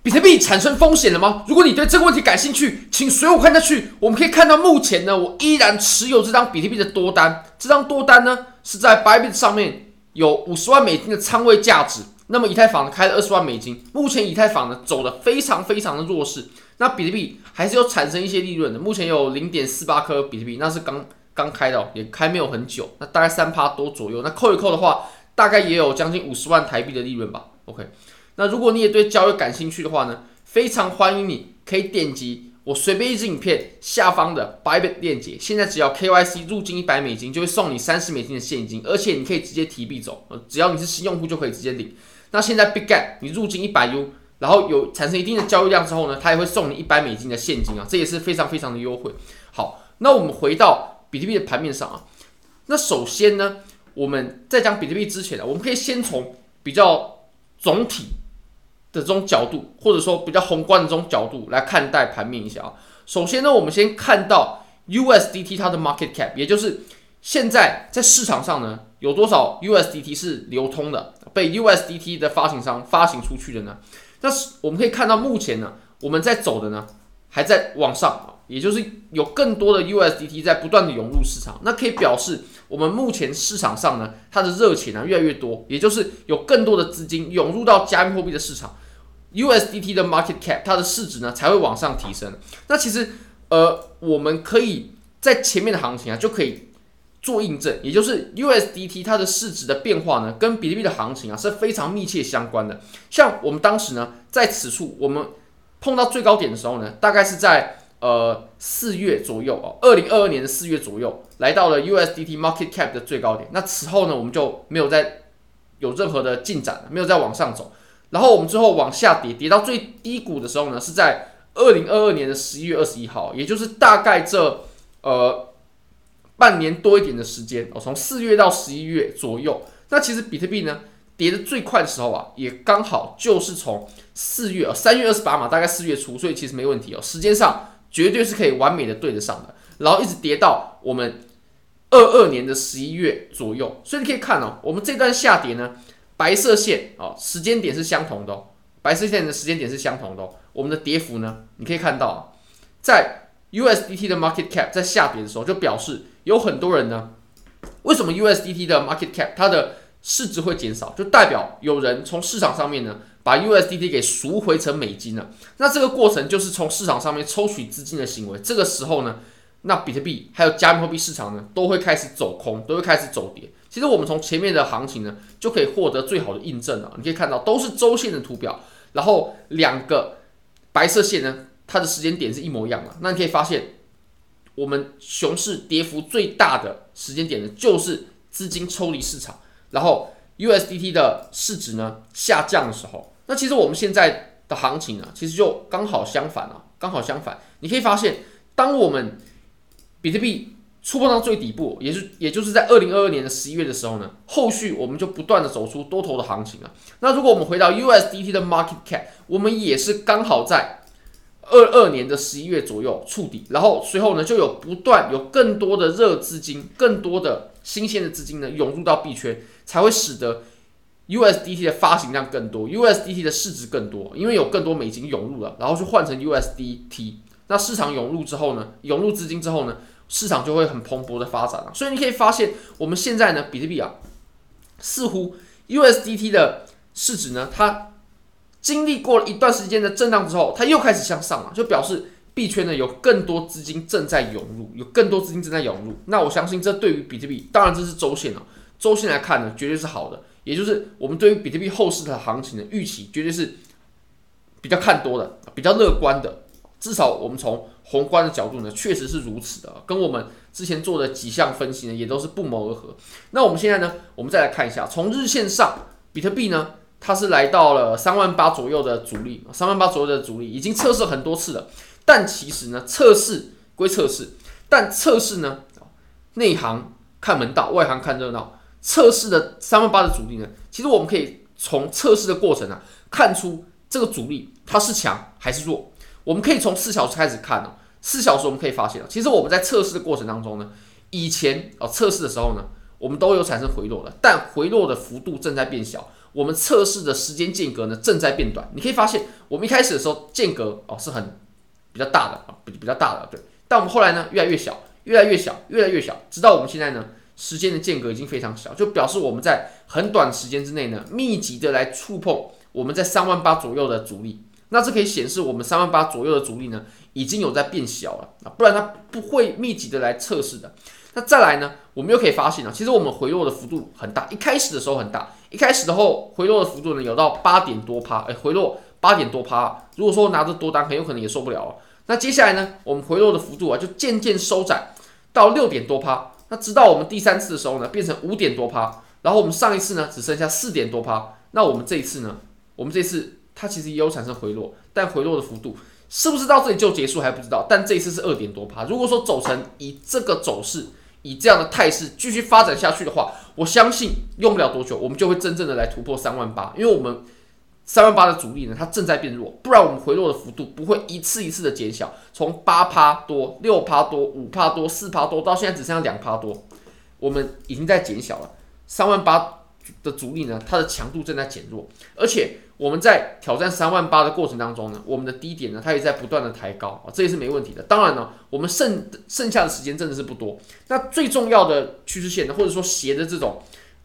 比特币产生风险了吗？如果你对这个问题感兴趣，请随我看下去。我们可以看到，目前呢，我依然持有这张比特币的多单。这张多单呢是在 Bybit 上面有50万美金的仓位价值。那么以太坊呢开了20万美金。目前以太坊呢走得非常非常的弱势。那比特币还是有产生一些利润的。目前有0.48颗比特币，那是刚开的，也开没有很久。那大概3%多左右。那扣一扣的话，大概也有将近50万台币的利润吧。OK。那如果你也对交易感兴趣的话呢，非常欢迎你可以点击我随便一支影片下方的 Bybit 链接，现在只要 KYC 入金100美金，就会送你30美金的现金，而且你可以直接提币走，只要你是新用户就可以直接领。那现在 BitGet 你入金100U，然后有产生一定的交易量之后呢，它也会送你100美金的现金啊，这也是非常非常的优惠。好，那我们回到比特币的盘面上啊，那首先呢，我们在讲比特币之前啊，我们可以先从比较总体的这种角度，或者说比较宏观的这种角度来看待盘面一下啊。首先呢，我们先看到 USDT 它的 market cap， 也就是现在在市场上呢有多少 USDT 是流通的，被 USDT 的发行商发行出去的呢？那我们可以看到目前呢，我们在走的呢还在往上，也就是有更多的 USDT 在不断的涌入市场，那可以表示我们目前市场上呢，它的热钱越来越多，也就是有更多的资金涌入到加密货币的市场 ，USDT 的 market cap 它的市值呢才会往上提升。那其实我们可以在前面的行情啊就可以做印证，也就是 USDT 它的市值的变化呢，跟比特币的行情啊是非常密切相关的。像我们当时呢，在此处我们碰到最高点的时候呢，大概是在4月左右哦，2022年的4月左右，来到了 USDT market cap 的最高点。那此后呢，我们就没有再有任何的进展，没有再往上走。然后我们之后往下跌，跌到最低谷的时候呢，是在2022年的11月21号，也就是大概这半年多一点的时间哦，从4月到11月左右。那其实比特币呢跌得最快的时候啊，也刚好就是从3月28嘛，大概4月初，所以其实没问题哦，时间上绝对是可以完美的对得上的。然后一直跌到我们22年的11月左右，所以你可以看哦，我们这段下跌呢，白色线哦，时间点是相同的哦，白色线的时间点是相同的哦。我们的跌幅呢，你可以看到在 USDT 的 market cap 在下跌的时候，就表示有很多人呢，为什么 USDT 的 market cap 它的市值会减少，就代表有人从市场上面呢把 USDT 给赎回成美金了。那这个过程就是从市场上面抽取资金的行为。这个时候呢，那比特币还有加密货币市场呢都会开始走空，都会开始走跌。其实我们从前面的行情呢就可以获得最好的印证了。你可以看到都是周线的图表，然后两个白色线呢，它的时间点是一模一样的。那你可以发现，我们熊市跌幅最大的时间点呢，就是资金抽离市场。然后 USDT 的市值呢下降的时候，那其实我们现在的行情呢，其实就刚好相反啊，刚好相反。你可以发现，当我们比特币触碰到最底部，也就是在2022年的11月的时候呢，后续我们就不断的走出多头的行情了。那如果我们回到 USDT 的 market cap， 我们也是刚好在22年的11月左右触底，然后随后呢就有不断有更多的热资金，更多的新鲜的资金呢涌入到币圈，才会使得 USDT 的发行量更多 ，USDT 的市值更多，因为有更多美金涌入了，然后就换成 USDT。那市场涌入之后呢，涌入资金之后呢，市场就会很蓬勃的发展了。所以你可以发现，我们现在呢，比特币啊，似乎 USDT 的市值呢，它经历过了一段时间的震荡之后，它又开始向上了，就表示币圈呢有更多资金正在涌入，有更多资金正在涌入。那我相信这对于比特币，当然这是周线哦，周线来看呢，绝对是好的。也就是我们对于比特币后市的行情的预期，绝对是比较看多的，比较乐观的。至少我们从宏观的角度呢，确实是如此的，跟我们之前做的几项分析呢，也都是不谋而合。那我们现在呢，我们再来看一下，从日线上，比特币呢，它是来到了38000左右的阻力，38000左右的阻力已经测试很多次了。但其实呢，测试归测试，但测试呢，内行看门道，外行看热闹。测试的38000的阻力呢，其实我们可以从测试的过程啊，看出这个阻力它是强还是弱。我们可以从4小时开始看哦，4小时我们可以发现，其实我们在测试的过程当中呢，以前测试的时候呢，我们都有产生回落的，但回落的幅度正在变小。 我们测试的时间间隔呢正在变短。你可以发现，我们一开始的时候间隔是很比较大的比较大的，对。但我们后来呢越来越小，越来越小，越来越小，直到我们现在呢时间的间隔已经非常小，就表示我们在很短时间之内呢密集的来触碰我们在38000左右的阻力。那这可以显示我们38000左右的阻力呢已经有在变小了不然它不会密集的来测试的。那再来呢，我们又可以发现其实我们回落的幅度很大，一开始的时候很大，一开始的后回落的幅度呢有到8点多趴，回落8点多趴，如果说拿着多单，很有可能也受不了了。那接下来呢，我们回落的幅度就渐渐收窄到6点多趴，那直到我们第3次的时候呢，变成5点多趴，然后我们上一次呢只剩下4点多趴，那我们这一次呢，它其实也有产生回落，但回落的幅度是不是到这里就结束还不知道，但这一次是2点多趴。如果说走成以这个走势，以这样的态势继续发展下去的话，我相信用不了多久，我们就会真正的来突破38000，因为我们38000的阻力呢，它正在变弱，不然我们回落的幅度不会一次一次的减小，从8%多、6%多、5%多、4%多，到现在只剩下2%多，我们已经在减小了。38000的阻力呢，它的强度正在减弱，而且我们在挑战38000的过程当中呢，我们的低点呢，它也在不断的抬高这也是没问题的。当然呢，我们剩下的时间真的是不多。那最重要的趋势线呢，或者说斜的这种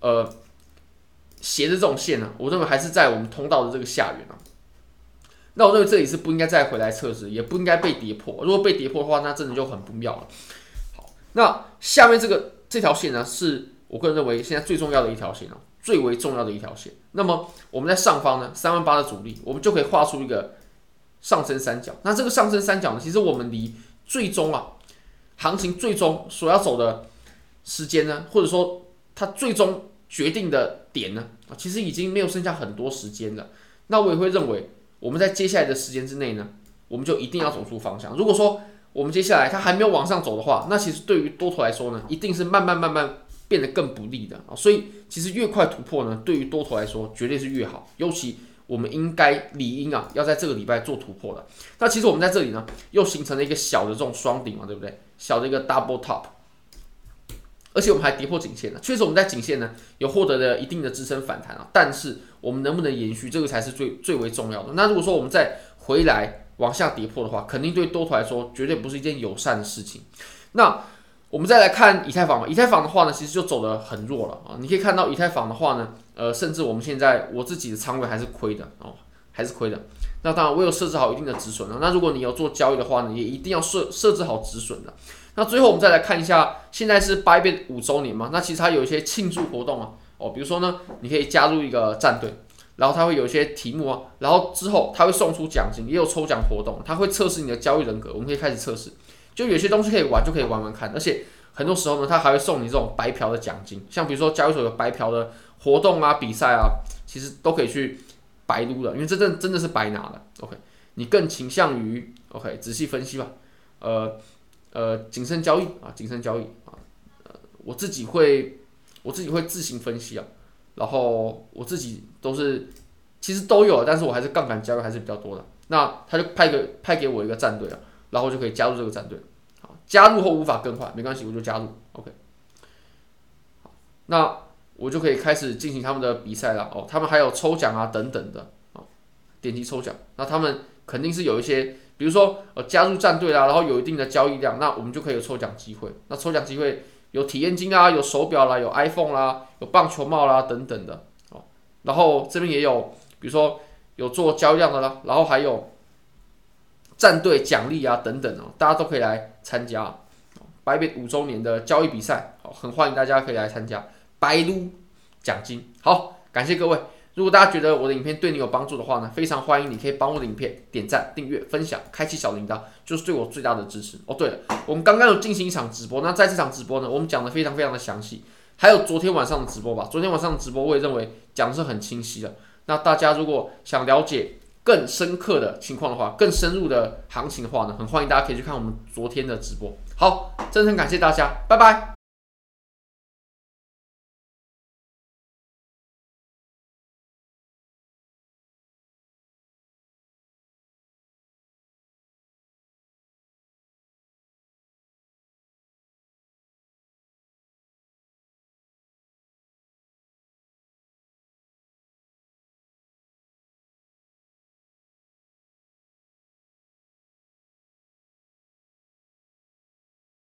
线呢，我认为还是在我们通道的这个下缘那我认为这里是不应该再回来测试，也不应该被跌破。如果被跌破的话，那真的就很不妙了。好，那下面这条线呢，是我个人认为现在最重要的一条线最为重要的一条线。那么我们在上方呢，38000的阻力，我们就可以画出一个上升三角。那这个上升三角呢，其实我们离最终行情最终所要走的时间呢，或者说它最终决定的点呢，其实已经没有剩下很多时间了。那我也会认为，我们在接下来的时间之内呢，我们就一定要走出方向。如果说我们接下来它还没有往上走的话，那其实对于多头来说呢，一定是慢慢变得更不利的所以其实越快突破呢，对于多头来说绝对是越好。尤其我们理应要在这个礼拜做突破的。那其实我们在这里呢，又形成了一个小的这种双顶对不对？小的一个 double top， 而且我们还跌破颈线了。确实我们在颈线呢有获得了一定的支撑反弹但是我们能不能延续，这个才是最为重要的。那如果说我们再回来往下跌破的话，肯定对多头来说绝对不是一件友善的事情。那我们再来看以太坊以太坊的话呢，其实就走得很弱了你可以看到以太坊的话呢，甚至我们现在我自己的仓位还是亏的还是亏的。那当然我有设置好一定的止损那如果你有做交易的话呢，也一定要设置好止损的。那最后我们再来看一下，现在是 Bybit 5周年嘛，那其实它有一些庆祝活动比如说呢，你可以加入一个战队，然后它会有一些题目然后之后它会送出奖金，也有抽奖活动，它会测试你的交易人格，我们可以开始测试。就有些东西可以玩，就可以玩看，而且很多时候呢，它还会送你这种白嫖的奖金，像比如说交易所有白嫖的活动比赛其实都可以去白撸的，因为这真的是白拿的。OK， 你更倾向于 OK 仔细分析吧，谨慎交易谨慎交易我自己会自行分析然后我自己其实都有，但是我还是杠杆交易还是比较多的。那他就派给我一个战队然后就可以加入这个战队。好，加入后无法更换，没关系，我就加入。OK， 好，那我就可以开始进行他们的比赛了他们还有抽奖等等的点击抽奖，那他们肯定是有一些，比如说加入战队然后有一定的交易量，那我们就可以有抽奖机会。那抽奖机会有体验金有手表啦，有 iPhone 啦，有棒球帽啦等等的然后这边也有，比如说有做交易量的啦，然后还有战队奖励等等大家都可以来参加Bybit 5周年的交易比赛很欢迎大家可以来参加白撸奖金。好，感谢各位。如果大家觉得我的影片对你有帮助的话呢，非常欢迎你可以帮我的影片点赞、订阅、分享、开启小铃铛，就是对我最大的支持。对了，我们刚刚有进行一场直播，那在这场直播呢，我们讲的非常的详细，还有昨天晚上的直播吧，昨天晚上的直播我也认为讲的是很清晰的。那大家如果想了解更深刻的情况的话，更深入的行情的话呢，很欢迎大家可以去看我们昨天的直播。好，真诚感谢大家，拜拜。